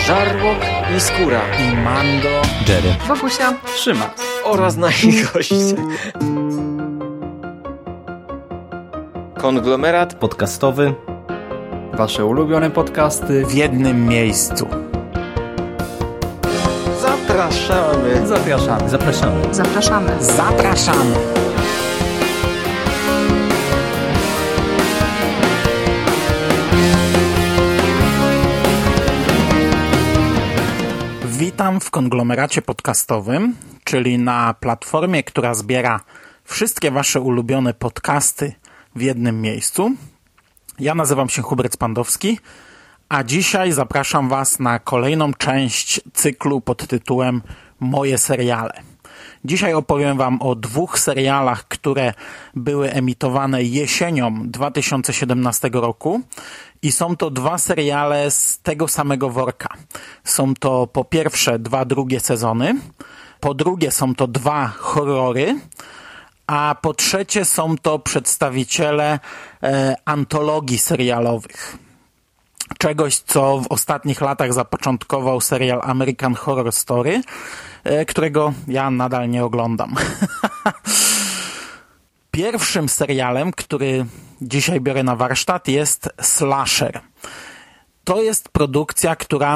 Żarłok i Skóra i Mando, Jerry, Wokusia, Szymas oraz nasi goście. Konglomerat podcastowy. Wasze ulubione podcasty w jednym miejscu. Zapraszamy. Zapraszamy. Zapraszamy. zapraszamy. Zapraszamy. Witam w konglomeracie podcastowym, czyli na platformie, która zbiera wszystkie wasze ulubione podcasty w jednym miejscu. Ja nazywam się Hubert Spandowski, a dzisiaj zapraszam was na kolejną część cyklu pod tytułem Moje seriale. Dzisiaj opowiem wam o 2 serialach, które były emitowane jesienią 2017 roku i są to 2 seriale z tego samego worka. Są to po pierwsze 2 drugie sezony, po drugie są to 2 horrory, a po trzecie są to przedstawiciele antologii serialowych. Czegoś, co w ostatnich latach zapoczątkował serial American Horror Story, którego ja nadal nie oglądam. Pierwszym serialem, który dzisiaj biorę na warsztat, jest Slasher. To jest produkcja,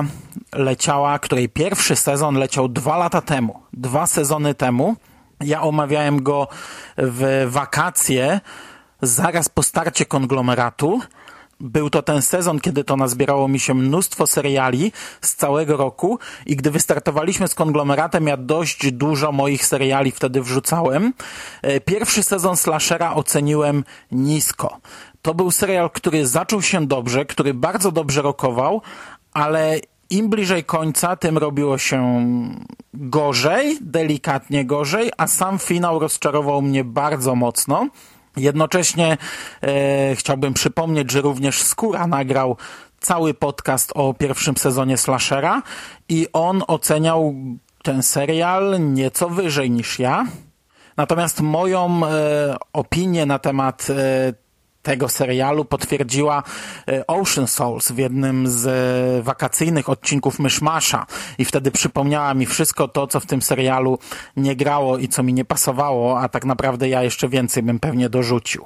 której pierwszy sezon leciał 2 lata temu, 2 sezony temu. Ja omawiałem go w wakacje zaraz po starcie konglomeratu. Był to ten sezon, kiedy to nazbierało mi się mnóstwo seriali z całego roku i gdy wystartowaliśmy z konglomeratem, ja dość dużo moich seriali wtedy wrzucałem. Pierwszy sezon Slashera oceniłem nisko. To był serial, który zaczął się dobrze, który bardzo dobrze rokował, ale im bliżej końca, tym robiło się gorzej, delikatnie gorzej, a sam finał rozczarował mnie bardzo mocno. Jednocześnie chciałbym przypomnieć, że również Skóra nagrał cały podcast o pierwszym sezonie Slashera i on oceniał ten serial nieco wyżej niż ja. Natomiast moją opinię na temat tego serialu potwierdziła Ocean Souls w jednym z wakacyjnych odcinków Myszmasza i wtedy przypomniała mi wszystko to, co w tym serialu nie grało i co mi nie pasowało, a tak naprawdę ja jeszcze więcej bym pewnie dorzucił.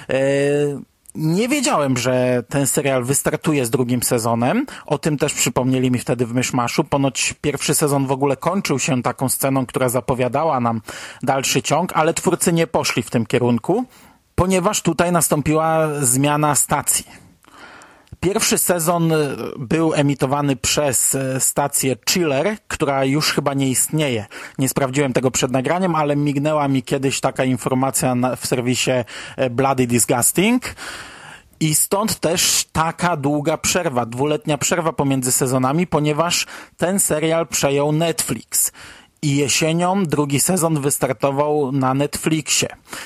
Nie wiedziałem, że ten serial wystartuje z drugim sezonem. O tym też przypomnieli mi wtedy w Myszmaszu. Ponoć pierwszy sezon w ogóle kończył się taką sceną, która zapowiadała nam dalszy ciąg, ale twórcy nie poszli w tym kierunku, ponieważ tutaj nastąpiła zmiana stacji. Pierwszy sezon był emitowany przez stację Chiller, która już chyba nie istnieje. Nie sprawdziłem tego przed nagraniem, ale mignęła mi kiedyś taka informacja w serwisie Bloody Disgusting. I stąd też taka długa przerwa, 2-letnia przerwa pomiędzy sezonami, ponieważ ten serial przejął Netflix. I jesienią drugi sezon wystartował na Netflixie.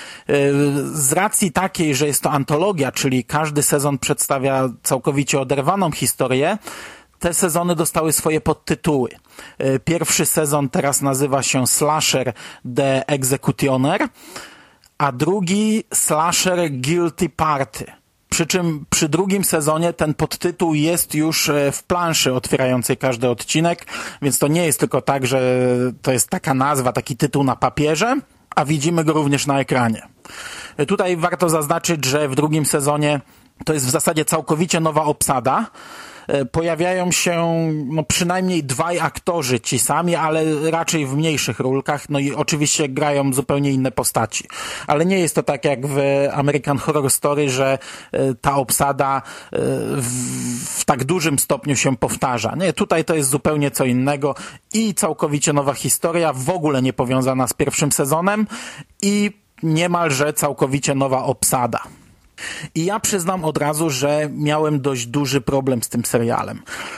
Z racji takiej, że jest to antologia, czyli każdy sezon przedstawia całkowicie oderwaną historię, te sezony dostały swoje podtytuły. Pierwszy sezon teraz nazywa się Slasher The Executioner, a drugi Slasher Guilty Party. Przy czym przy drugim sezonie ten podtytuł jest już w planszy otwierającej każdy odcinek, więc to nie jest tylko tak, że to jest taka nazwa, taki tytuł na papierze, a widzimy go również na ekranie. Tutaj warto zaznaczyć, że w drugim sezonie to jest w zasadzie całkowicie nowa obsada. Pojawiają się przynajmniej 2 aktorzy ci sami, ale raczej w mniejszych rólkach, no i oczywiście grają zupełnie inne postaci. Ale nie jest to tak jak w American Horror Story, że ta obsada w tak dużym stopniu się powtarza. Nie, tutaj to jest zupełnie co innego i całkowicie nowa historia, w ogóle nie powiązana z pierwszym sezonem i niemalże całkowicie nowa obsada. I ja przyznam od razu, że miałem dość duży problem z tym serialem.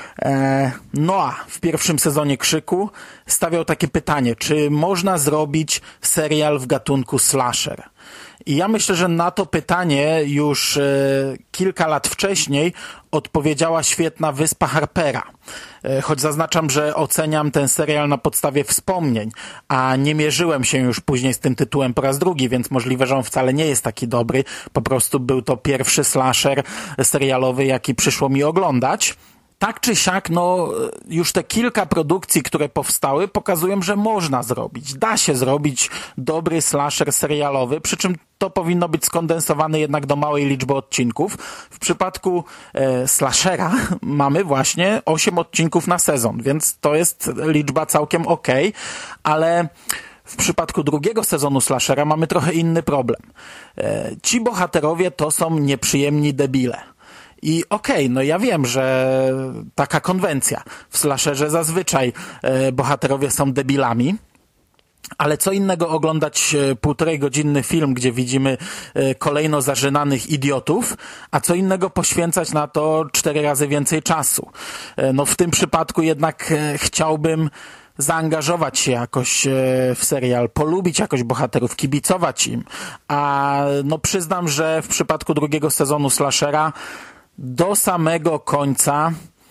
Noah w pierwszym sezonie Krzyku stawiał takie pytanie, czy można zrobić serial w gatunku slasher? I ja myślę, że na to pytanie już kilka lat wcześniej odpowiedziała świetna Wyspa Harpera. Choć zaznaczam, że oceniam ten serial na podstawie wspomnień, a nie mierzyłem się już później z tym tytułem po raz drugi, więc możliwe, że on wcale nie jest taki dobry. Po prostu był to pierwszy slasher serialowy, jaki przyszło mi oglądać. tak czy siak, już te kilka produkcji, które powstały, pokazują, że można zrobić. Da się zrobić dobry slasher serialowy, przy czym to powinno być skondensowane jednak do małej liczby odcinków. W przypadku slashera mamy właśnie 8 odcinków na sezon, więc to jest liczba całkiem okej, ale w przypadku drugiego sezonu slashera mamy trochę inny problem. Ci bohaterowie to są nieprzyjemni debile. I ja wiem, że taka konwencja. W slasherze zazwyczaj bohaterowie są debilami, ale co innego oglądać 1,5-godzinny film, gdzie widzimy kolejno zażynanych idiotów, a co innego poświęcać na to 4 razy więcej czasu. W tym przypadku jednak chciałbym zaangażować się jakoś w serial, polubić jakoś bohaterów, kibicować im. A przyznam, że w przypadku drugiego sezonu slashera do samego końca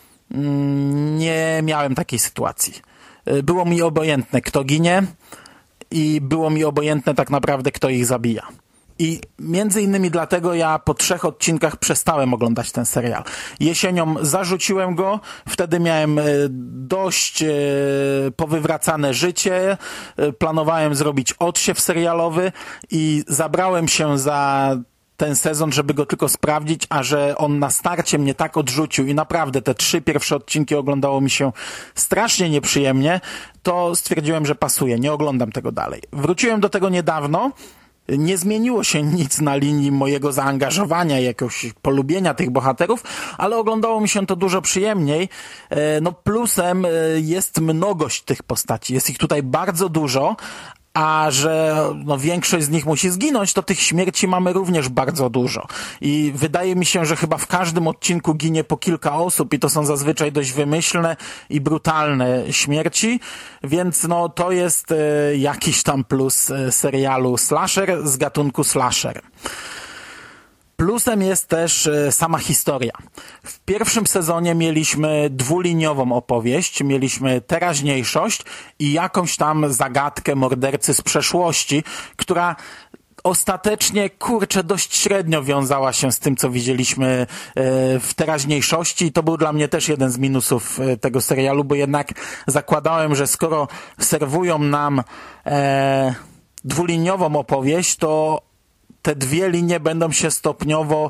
nie miałem takiej sytuacji. Było mi obojętne, kto ginie i było mi obojętne tak naprawdę, kto ich zabija. I między innymi dlatego ja po 3 odcinkach przestałem oglądać ten serial. Jesienią zarzuciłem go, wtedy miałem dość powywracane życie, planowałem zrobić odsiew serialowy i zabrałem się za ten sezon, żeby go tylko sprawdzić, a że on na starcie mnie tak odrzucił i naprawdę te 3 pierwsze odcinki oglądało mi się strasznie nieprzyjemnie, to stwierdziłem, że pasuje, nie oglądam tego dalej. Wróciłem do tego niedawno, nie zmieniło się nic na linii mojego zaangażowania, jakiegoś polubienia tych bohaterów, ale oglądało mi się to dużo przyjemniej. Plusem jest mnogość tych postaci, jest ich tutaj bardzo dużo, a że większość z nich musi zginąć, to tych śmierci mamy również bardzo dużo. I wydaje mi się, że chyba w każdym odcinku ginie po kilka osób i to są zazwyczaj dość wymyślne i brutalne śmierci, więc to jest jakiś tam plus serialu slasher z gatunku slasher. Plusem jest też sama historia. W pierwszym sezonie mieliśmy 2-liniową opowieść, mieliśmy teraźniejszość i jakąś tam zagadkę mordercy z przeszłości, która ostatecznie, dość średnio wiązała się z tym, co widzieliśmy w teraźniejszości i to był dla mnie też jeden z minusów tego serialu, bo jednak zakładałem, że skoro serwują nam 2-liniową opowieść, to te 2 linie będą się stopniowo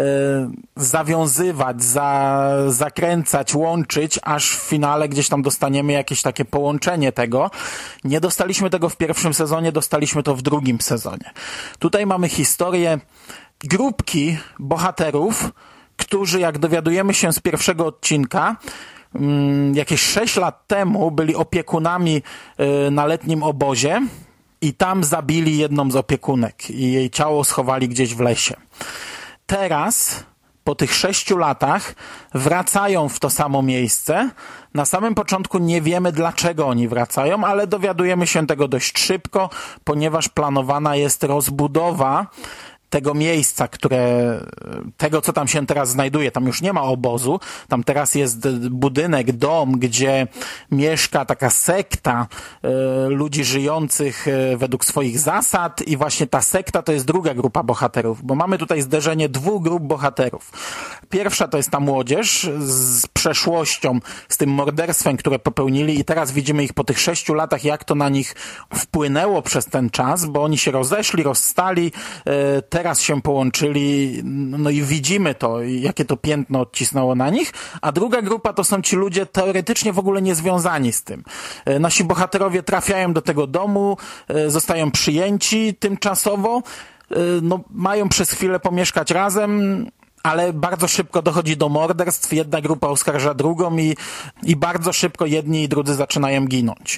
zawiązywać, zakręcać, łączyć, aż w finale gdzieś tam dostaniemy jakieś takie połączenie tego. Nie dostaliśmy tego w pierwszym sezonie, dostaliśmy to w drugim sezonie. Tutaj mamy historię grupki bohaterów, którzy, jak dowiadujemy się z pierwszego odcinka, jakieś 6 lat temu byli opiekunami na letnim obozie i tam zabili jedną z opiekunek i jej ciało schowali gdzieś w lesie. Teraz, po tych 6 latach, wracają w to samo miejsce. Na samym początku nie wiemy, dlaczego oni wracają, ale dowiadujemy się tego dość szybko, ponieważ planowana jest rozbudowa tego miejsca, tego, co tam się teraz znajduje. Tam już nie ma obozu, tam teraz jest budynek, dom, gdzie mieszka taka sekta ludzi żyjących według swoich zasad i właśnie ta sekta to jest druga grupa bohaterów, bo mamy tutaj zderzenie 2 grup bohaterów. Pierwsza to jest ta młodzież z przeszłością, z tym morderstwem, które popełnili i teraz widzimy ich po tych 6 latach, jak to na nich wpłynęło przez ten czas, bo oni się rozeszli, rozstali, teraz się połączyli, i widzimy to, jakie to piętno odcisnęło na nich, a druga grupa to są ci ludzie teoretycznie w ogóle niezwiązani z tym. Nasi bohaterowie trafiają do tego domu, zostają przyjęci tymczasowo, mają przez chwilę pomieszkać razem, ale bardzo szybko dochodzi do morderstw, jedna grupa oskarża drugą i bardzo szybko jedni i drudzy zaczynają ginąć.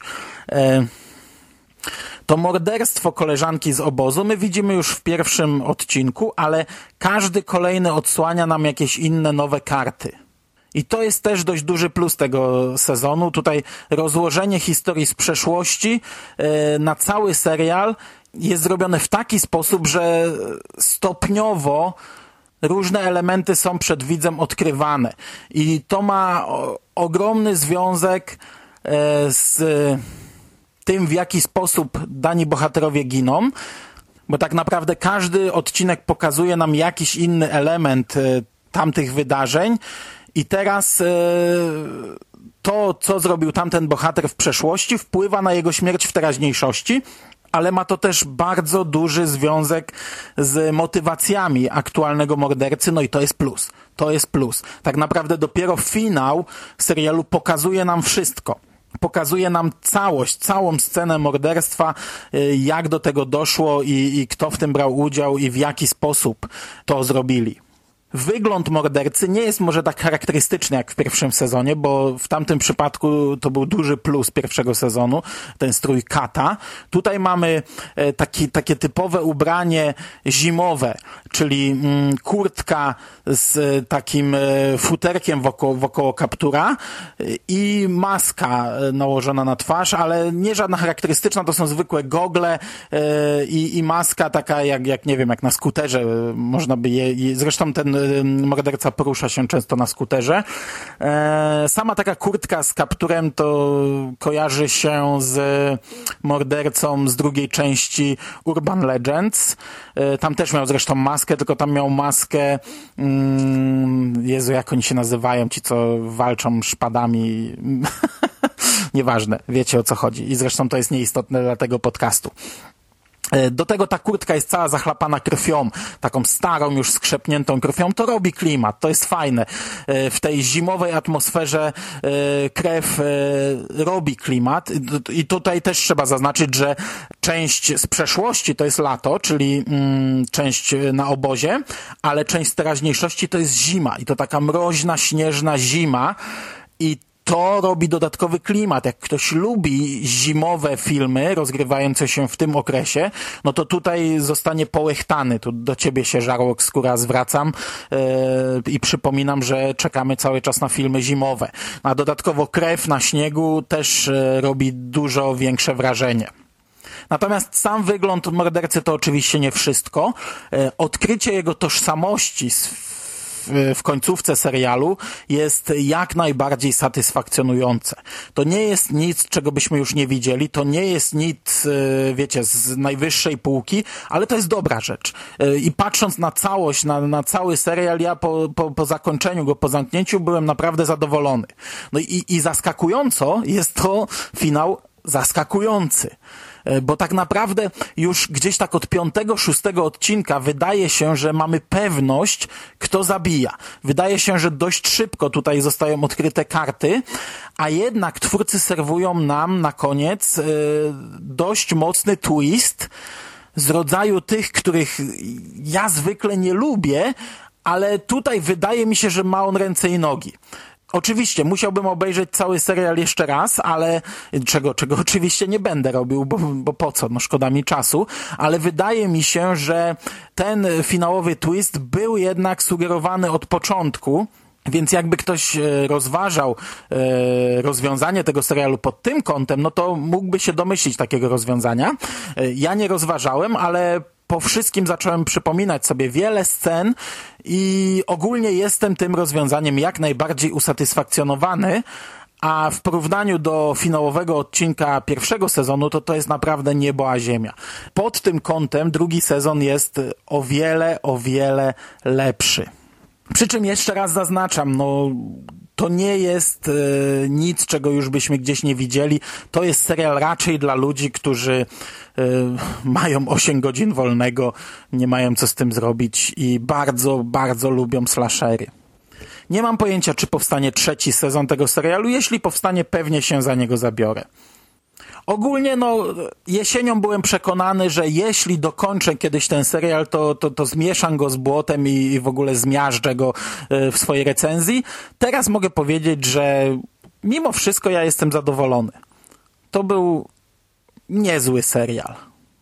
To morderstwo koleżanki z obozu my widzimy już w pierwszym odcinku, ale każdy kolejny odsłania nam jakieś inne nowe karty. I to jest też dość duży plus tego sezonu. Tutaj rozłożenie historii z przeszłości na cały serial jest zrobione w taki sposób, że stopniowo różne elementy są przed widzem odkrywane. I to ma ogromny związek z tym, w jaki sposób dani bohaterowie giną, bo tak naprawdę każdy odcinek pokazuje nam jakiś inny element tamtych wydarzeń I teraz to, co zrobił tamten bohater w przeszłości, wpływa na jego śmierć w teraźniejszości, ale ma to też bardzo duży związek z motywacjami aktualnego mordercy, no i to jest plus. To jest plus. Tak naprawdę dopiero finał serialu pokazuje nam wszystko. Pokazuje nam całość, całą scenę morderstwa, jak do tego doszło i kto w tym brał udział i w jaki sposób to zrobili. Wygląd mordercy nie jest może tak charakterystyczny jak w pierwszym sezonie, bo w tamtym przypadku to był duży plus pierwszego sezonu, ten strój kata. Tutaj mamy takie typowe ubranie zimowe, czyli kurtka z takim futerkiem wokoło kaptura i maska nałożona na twarz, ale nie żadna charakterystyczna, to są zwykłe gogle i maska taka jak nie wiem, jak na skuterze można by zresztą ten morderca porusza się często na skuterze. Sama taka kurtka z kapturem to kojarzy się z mordercą z drugiej części Urban Legends. Tam też miał zresztą maskę, tylko tam miał maskę Jezu, jak oni się nazywają, ci co walczą szpadami. Nieważne, wiecie o co chodzi. I zresztą to jest nieistotne dla tego podcastu. Do tego ta kurtka jest cała zachlapana krwią, taką starą, już skrzepniętą krwią. To robi klimat, to jest fajne. W tej zimowej atmosferze krew robi klimat i tutaj też trzeba zaznaczyć, że część z przeszłości to jest lato, czyli część na obozie, ale część z teraźniejszości to jest zima i to taka mroźna, śnieżna zima i to robi dodatkowy klimat. Jak ktoś lubi zimowe filmy rozgrywające się w tym okresie, no to tutaj zostanie połechtany. Tu do ciebie się, Żarłok Skóra, zwracam i przypominam, że czekamy cały czas na filmy zimowe. A dodatkowo krew na śniegu też robi dużo większe wrażenie. Natomiast sam wygląd mordercy to oczywiście nie wszystko. Odkrycie jego tożsamości w końcówce serialu jest jak najbardziej satysfakcjonujące. To nie jest nic, czego byśmy już nie widzieli, to nie jest nic, wiecie, z najwyższej półki, ale to jest dobra rzecz. I patrząc na całość, na cały serial, ja po zakończeniu go, po zamknięciu byłem naprawdę zadowolony. No i zaskakująco jest to finał zaskakujący. Bo tak naprawdę już gdzieś tak od 5-6 odcinka wydaje się, że mamy pewność, kto zabija. Wydaje się, że dość szybko tutaj zostają odkryte karty, a jednak twórcy serwują nam na koniec dość mocny twist z rodzaju tych, których ja zwykle nie lubię, ale tutaj wydaje mi się, że ma on ręce i nogi. Oczywiście musiałbym obejrzeć cały serial jeszcze raz, ale czego oczywiście nie będę robił, bo po co? No szkoda mi czasu, ale wydaje mi się, że ten finałowy twist był jednak sugerowany od początku. Więc jakby ktoś rozważał rozwiązanie tego serialu pod tym kątem, no to mógłby się domyślić takiego rozwiązania. Ja nie rozważałem, ale po wszystkim zacząłem przypominać sobie wiele scen i ogólnie jestem tym rozwiązaniem jak najbardziej usatysfakcjonowany, a w porównaniu do finałowego odcinka pierwszego sezonu to jest naprawdę niebo a ziemia. Pod tym kątem drugi sezon jest o wiele lepszy. Przy czym jeszcze raz zaznaczam, no to nie jest nic, czego już byśmy gdzieś nie widzieli. To jest serial raczej dla ludzi, którzy mają 8 godzin wolnego, nie mają co z tym zrobić i bardzo, bardzo lubią slashery. Nie mam pojęcia, czy powstanie 3. sezon tego serialu. Jeśli powstanie, pewnie się za niego zabiorę. Ogólnie jesienią byłem przekonany, że jeśli dokończę kiedyś ten serial, to zmieszam go z błotem i w ogóle zmiażdżę go w swojej recenzji. Teraz mogę powiedzieć, że mimo wszystko ja jestem zadowolony. To był niezły serial.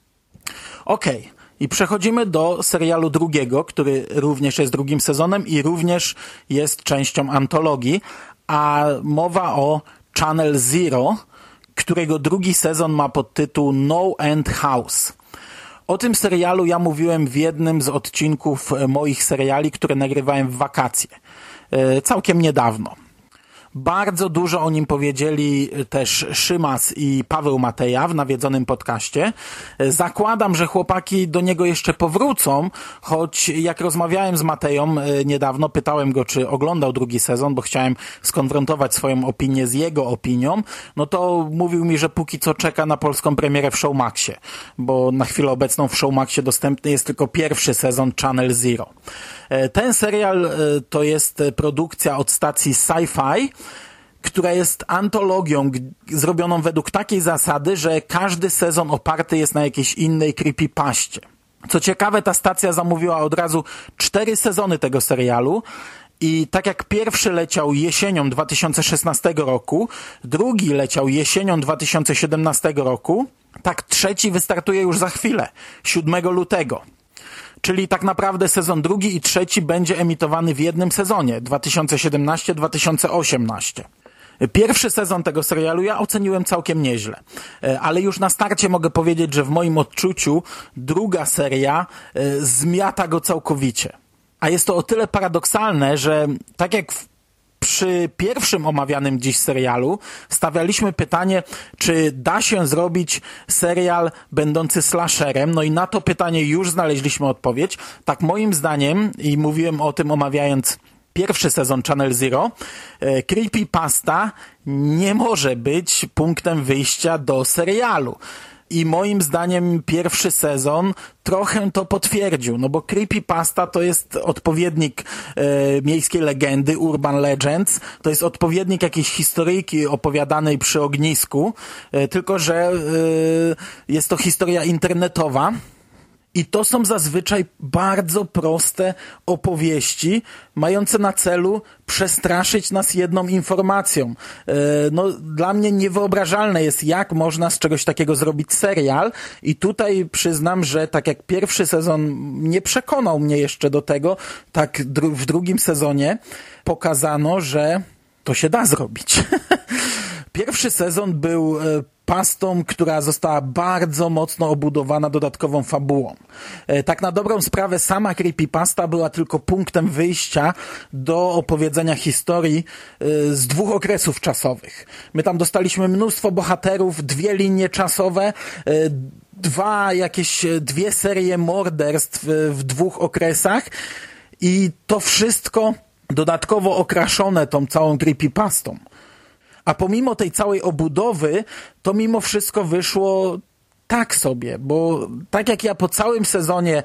Okej. I przechodzimy do serialu drugiego, który również jest drugim sezonem i również jest częścią antologii, a mowa o Channel Zero, którego drugi sezon ma podtytuł No End House. O tym serialu ja mówiłem w jednym z odcinków moich seriali, które nagrywałem w wakacje. Całkiem niedawno. Bardzo dużo o nim powiedzieli też Szymas i Paweł Mateja w nawiedzonym podcaście. Zakładam, że chłopaki do niego jeszcze powrócą, choć jak rozmawiałem z Mateją niedawno, pytałem go, czy oglądał drugi sezon, bo chciałem skonfrontować swoją opinię z jego opinią, no to mówił mi, że póki co czeka na polską premierę w Showmaxie, bo na chwilę obecną w Showmaxie dostępny jest tylko pierwszy sezon Channel Zero. Ten serial to jest produkcja od stacji Sci-Fi, która jest antologią zrobioną według takiej zasady, że każdy sezon oparty jest na jakiejś innej creepypaście. Co ciekawe, ta stacja zamówiła od razu 4 sezony tego serialu i tak jak pierwszy leciał jesienią 2016 roku, drugi leciał jesienią 2017 roku, tak trzeci wystartuje już za chwilę, 7 lutego. Czyli tak naprawdę sezon drugi i trzeci będzie emitowany w jednym sezonie, 2017-2018. Pierwszy sezon tego serialu ja oceniłem całkiem nieźle, ale już na starcie mogę powiedzieć, że w moim odczuciu druga seria zmiata go całkowicie. A jest to o tyle paradoksalne, że tak jak przy pierwszym omawianym dziś serialu stawialiśmy pytanie, czy da się zrobić serial będący slasherem, no i na to pytanie już znaleźliśmy odpowiedź. Tak moim zdaniem, i mówiłem o tym omawiając pierwszy sezon Channel Zero, creepypasta nie może być punktem wyjścia do serialu. I moim zdaniem pierwszy sezon trochę to potwierdził, no bo creepypasta to jest odpowiednik miejskiej legendy, urban legends, to jest odpowiednik jakiejś historyjki opowiadanej przy ognisku, tylko że jest to historia internetowa. I to są zazwyczaj bardzo proste opowieści, mające na celu przestraszyć nas jedną informacją. No, dla mnie niewyobrażalne jest, jak można z czegoś takiego zrobić serial i tutaj przyznam, że tak jak pierwszy sezon nie przekonał mnie jeszcze do tego, tak w drugim sezonie pokazano, że to się da zrobić. Pierwszy sezon był pastą, która została bardzo mocno obudowana dodatkową fabułą. Tak na dobrą sprawę sama creepypasta była tylko punktem wyjścia do opowiedzenia historii z 2 okresów czasowych. My tam dostaliśmy mnóstwo bohaterów, 2 linie czasowe, 2 serie morderstw w 2 okresach i to wszystko dodatkowo okraszone tą całą creepypastą. A pomimo tej całej obudowy, to mimo wszystko wyszło tak sobie, bo tak jak ja po całym sezonie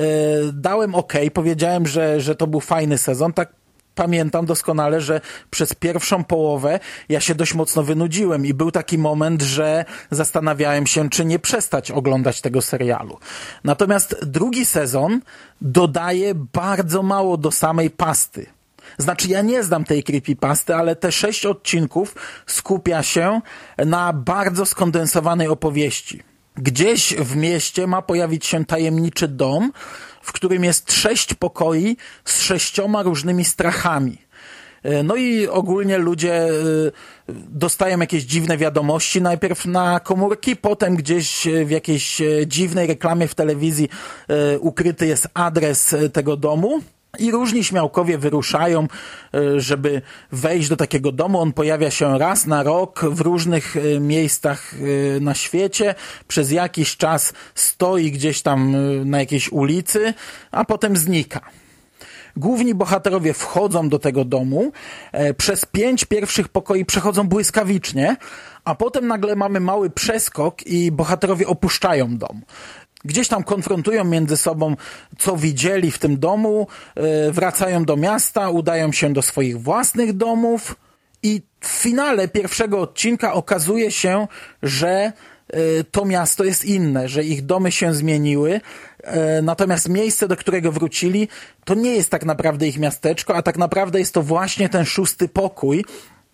dałem powiedziałem, że to był fajny sezon, tak pamiętam doskonale, że przez pierwszą połowę ja się dość mocno wynudziłem i był taki moment, że zastanawiałem się, czy nie przestać oglądać tego serialu. Natomiast drugi sezon dodaje bardzo mało do samej pasty. Znaczy ja nie znam tej creepypasty, ale te 6 odcinków skupia się na bardzo skondensowanej opowieści. Gdzieś w mieście ma pojawić się tajemniczy dom, w którym jest 6 pokoi z 6 różnymi strachami. No i ogólnie ludzie dostają jakieś dziwne wiadomości, najpierw na komórki, potem gdzieś w jakiejś dziwnej reklamie w telewizji ukryty jest adres tego domu. I różni śmiałkowie wyruszają, żeby wejść do takiego domu. On pojawia się raz na rok w różnych miejscach na świecie. Przez jakiś czas stoi gdzieś tam na jakiejś ulicy, a potem znika. Główni bohaterowie wchodzą do tego domu, przez 5 pierwszych pokoi przechodzą błyskawicznie, a potem nagle mamy mały przeskok i bohaterowie opuszczają dom. Gdzieś tam konfrontują między sobą, co widzieli w tym domu, wracają do miasta, udają się do swoich własnych domów i w finale pierwszego odcinka okazuje się, że to miasto jest inne, że ich domy się zmieniły, natomiast miejsce, do którego wrócili, to nie jest tak naprawdę ich miasteczko, a tak naprawdę jest to właśnie ten 6. pokój,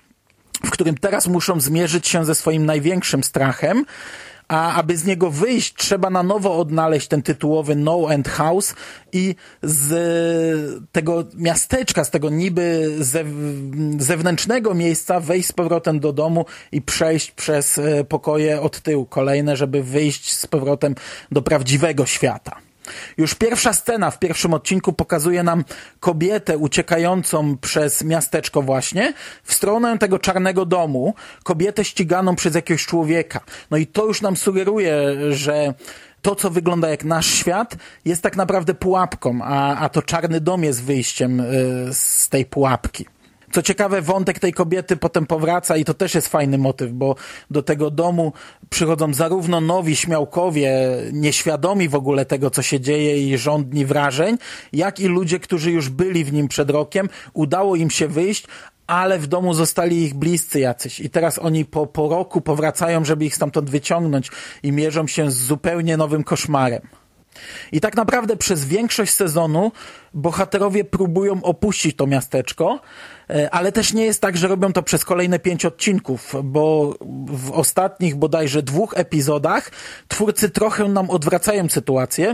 w którym teraz muszą zmierzyć się ze swoim największym strachem, a aby z niego wyjść, trzeba na nowo odnaleźć ten tytułowy No End House i z tego miasteczka, z tego niby zewnętrznego miejsca wejść z powrotem do domu i przejść przez pokoje od tyłu kolejne, żeby wyjść z powrotem do prawdziwego świata. Już pierwsza scena w pierwszym odcinku pokazuje nam kobietę uciekającą przez miasteczko właśnie w stronę tego czarnego domu, kobietę ściganą przez jakiegoś człowieka. No i to już nam sugeruje, że to, co wygląda jak nasz świat, jest tak naprawdę pułapką, a to czarny dom jest wyjściem z tej pułapki. Co ciekawe, wątek tej kobiety potem powraca i to też jest fajny motyw, bo do tego domu przychodzą zarówno nowi śmiałkowie, nieświadomi w ogóle tego, co się dzieje i żądni wrażeń, jak i ludzie, którzy już byli w nim przed rokiem, udało im się wyjść, ale w domu zostali ich bliscy jacyś i teraz oni po roku powracają, żeby ich stamtąd wyciągnąć i mierzą się z zupełnie nowym koszmarem. I tak naprawdę przez większość sezonu bohaterowie próbują opuścić to miasteczko, ale też nie jest tak, że robią to przez kolejne 5 odcinków, bo w ostatnich bodajże 2 epizodach twórcy trochę nam odwracają sytuację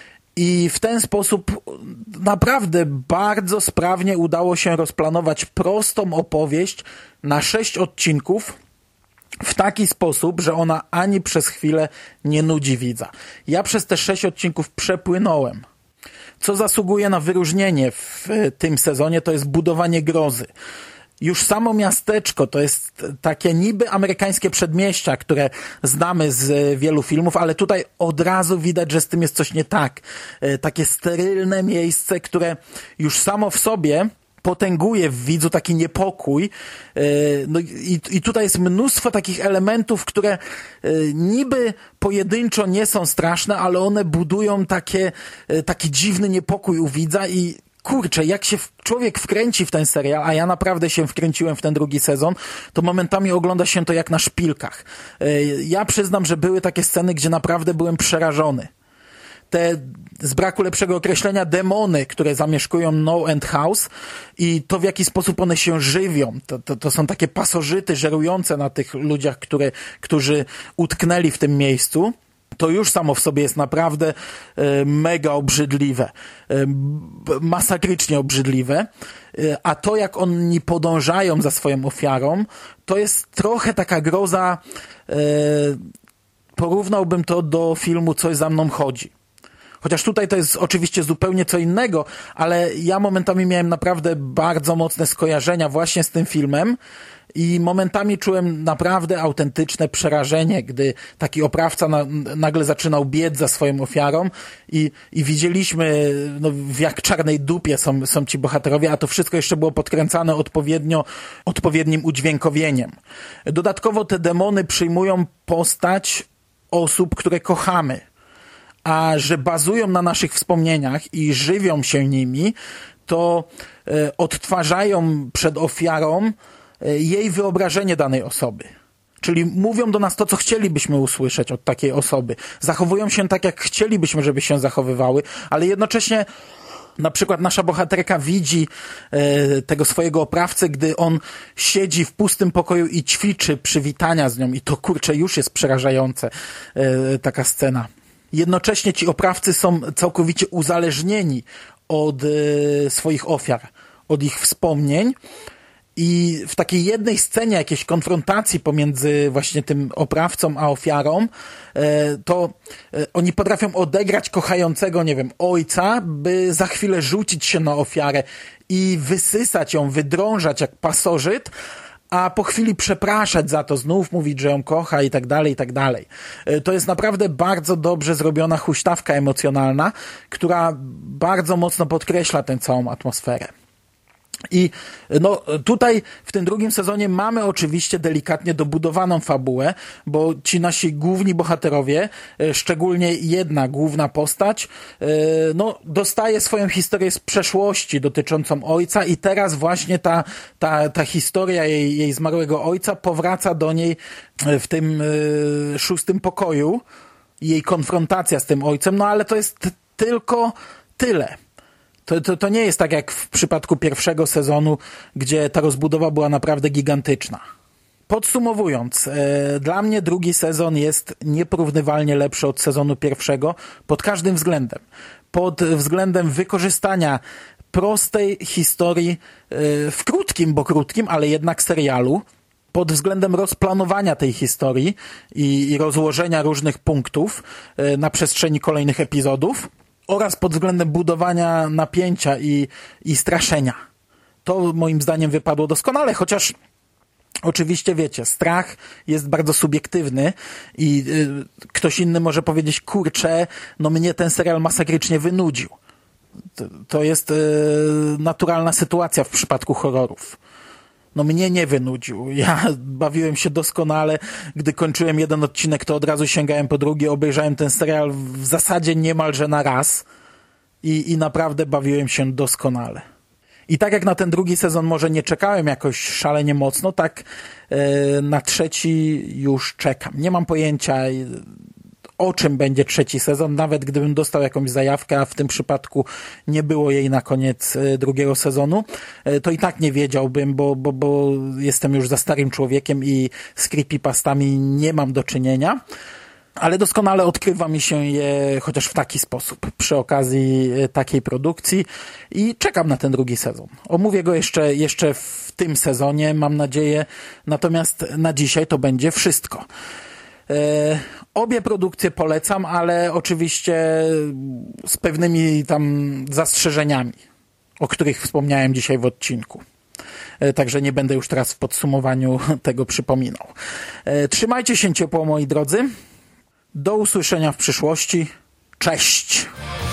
i w ten sposób naprawdę bardzo sprawnie udało się rozplanować prostą opowieść na 6 odcinków, w taki sposób, że ona ani przez chwilę nie nudzi widza. Ja przez te 6 odcinków przepłynąłem. Co zasługuje na wyróżnienie w tym sezonie, to jest budowanie grozy. Już samo miasteczko to jest takie niby amerykańskie przedmieścia, które znamy z wielu filmów, ale tutaj od razu widać, że z tym jest coś nie tak. Takie sterylne miejsce, które już samo w sobie potęguje w widzu taki niepokój. No i tutaj jest mnóstwo takich elementów, które niby pojedynczo nie są straszne, ale one budują taki dziwny niepokój u widza i kurczę, jak się człowiek wkręci w ten serial, a ja naprawdę się wkręciłem w ten drugi sezon, to momentami ogląda się to jak na szpilkach. Ja przyznam, że były takie sceny, gdzie naprawdę byłem przerażony. Te, z braku lepszego określenia, demony, które zamieszkują No End House i to, w jaki sposób one się żywią. To są takie pasożyty żerujące na tych ludziach, którzy utknęli w tym miejscu. To już samo w sobie jest naprawdę mega obrzydliwe, masakrycznie obrzydliwe, a to, jak oni podążają za swoją ofiarą, to jest trochę taka groza, porównałbym to do filmu Coś za mną chodzi. Chociaż tutaj to jest oczywiście zupełnie co innego, ale ja momentami miałem naprawdę bardzo mocne skojarzenia właśnie z tym filmem i momentami czułem naprawdę autentyczne przerażenie, gdy taki oprawca nagle zaczynał biec za swoją ofiarą i widzieliśmy, no, w jak czarnej dupie są ci bohaterowie, a to wszystko jeszcze było podkręcane odpowiednim udźwiękowieniem. Dodatkowo te demony przyjmują postać osób, które kochamy. A że bazują na naszych wspomnieniach i żywią się nimi, to odtwarzają przed ofiarą jej wyobrażenie danej osoby. Czyli mówią do nas to, co chcielibyśmy usłyszeć od takiej osoby. Zachowują się tak, jak chcielibyśmy, żeby się zachowywały, ale jednocześnie na przykład nasza bohaterka widzi tego swojego oprawcę, gdy on siedzi w pustym pokoju i ćwiczy przywitania z nią i to kurczę już jest przerażające, taka scena. Jednocześnie ci oprawcy są całkowicie uzależnieni od swoich ofiar, od ich wspomnień i w takiej jednej scenie jakiejś konfrontacji pomiędzy właśnie tym oprawcą a ofiarą, to oni potrafią odegrać kochającego, nie wiem, ojca, by za chwilę rzucić się na ofiarę i wysysać ją, wydrążać jak pasożyt, a po chwili przepraszać za to, znów mówić, że ją kocha i tak dalej, i tak dalej. To jest naprawdę bardzo dobrze zrobiona huśtawka emocjonalna, która bardzo mocno podkreśla tę całą atmosferę. I no tutaj w tym drugim sezonie mamy oczywiście delikatnie dobudowaną fabułę, bo ci nasi główni bohaterowie, szczególnie jedna główna postać, no dostaje swoją historię z przeszłości dotyczącą ojca i teraz właśnie ta historia jej zmarłego ojca powraca do niej w tym 6. pokoju, jej konfrontacja z tym ojcem, no ale to jest tylko tyle. To nie jest tak jak w przypadku pierwszego sezonu, gdzie ta rozbudowa była naprawdę gigantyczna. Podsumowując, dla mnie drugi sezon jest nieporównywalnie lepszy od sezonu pierwszego pod każdym względem. Pod względem wykorzystania prostej historii w krótkim, ale jednak serialu, pod względem rozplanowania tej historii i rozłożenia różnych punktów na przestrzeni kolejnych epizodów, oraz pod względem budowania napięcia i straszenia. To moim zdaniem wypadło doskonale, chociaż oczywiście wiecie, strach jest bardzo subiektywny i ktoś inny może powiedzieć, kurczę, no mnie ten serial masakrycznie wynudził. To jest naturalna sytuacja w przypadku horrorów. No mnie nie wynudził. Ja bawiłem się doskonale. Gdy kończyłem jeden odcinek, to od razu sięgałem po drugi. Obejrzałem ten serial w zasadzie niemalże na raz i naprawdę bawiłem się doskonale. I tak jak na ten drugi sezon może nie czekałem jakoś szalenie mocno, tak na trzeci już czekam. Nie mam pojęcia, o czym będzie trzeci sezon, nawet gdybym dostał jakąś zajawkę, a w tym przypadku nie było jej na koniec drugiego sezonu, to i tak nie wiedziałbym, bo jestem już za starym człowiekiem i z creepypastami nie mam do czynienia. Ale doskonale odkrywa mi się je chociaż w taki sposób, przy okazji takiej produkcji i czekam na ten drugi sezon. Omówię go jeszcze w tym sezonie, mam nadzieję, natomiast na dzisiaj to będzie wszystko. Obie produkcje polecam, ale oczywiście z pewnymi tam zastrzeżeniami, o których wspomniałem dzisiaj w odcinku. Także nie będę już teraz w podsumowaniu tego przypominał. Trzymajcie się ciepło, moi drodzy. Do usłyszenia w przyszłości. Cześć!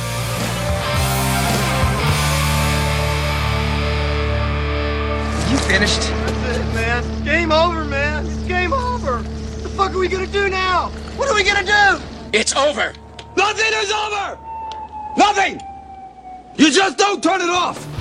You finished? That's it, man. Game over, man. It's game over. What the fuck are we gonna do now? What are we gonna do? It's over! Nothing is over! Nothing! You just don't turn it off!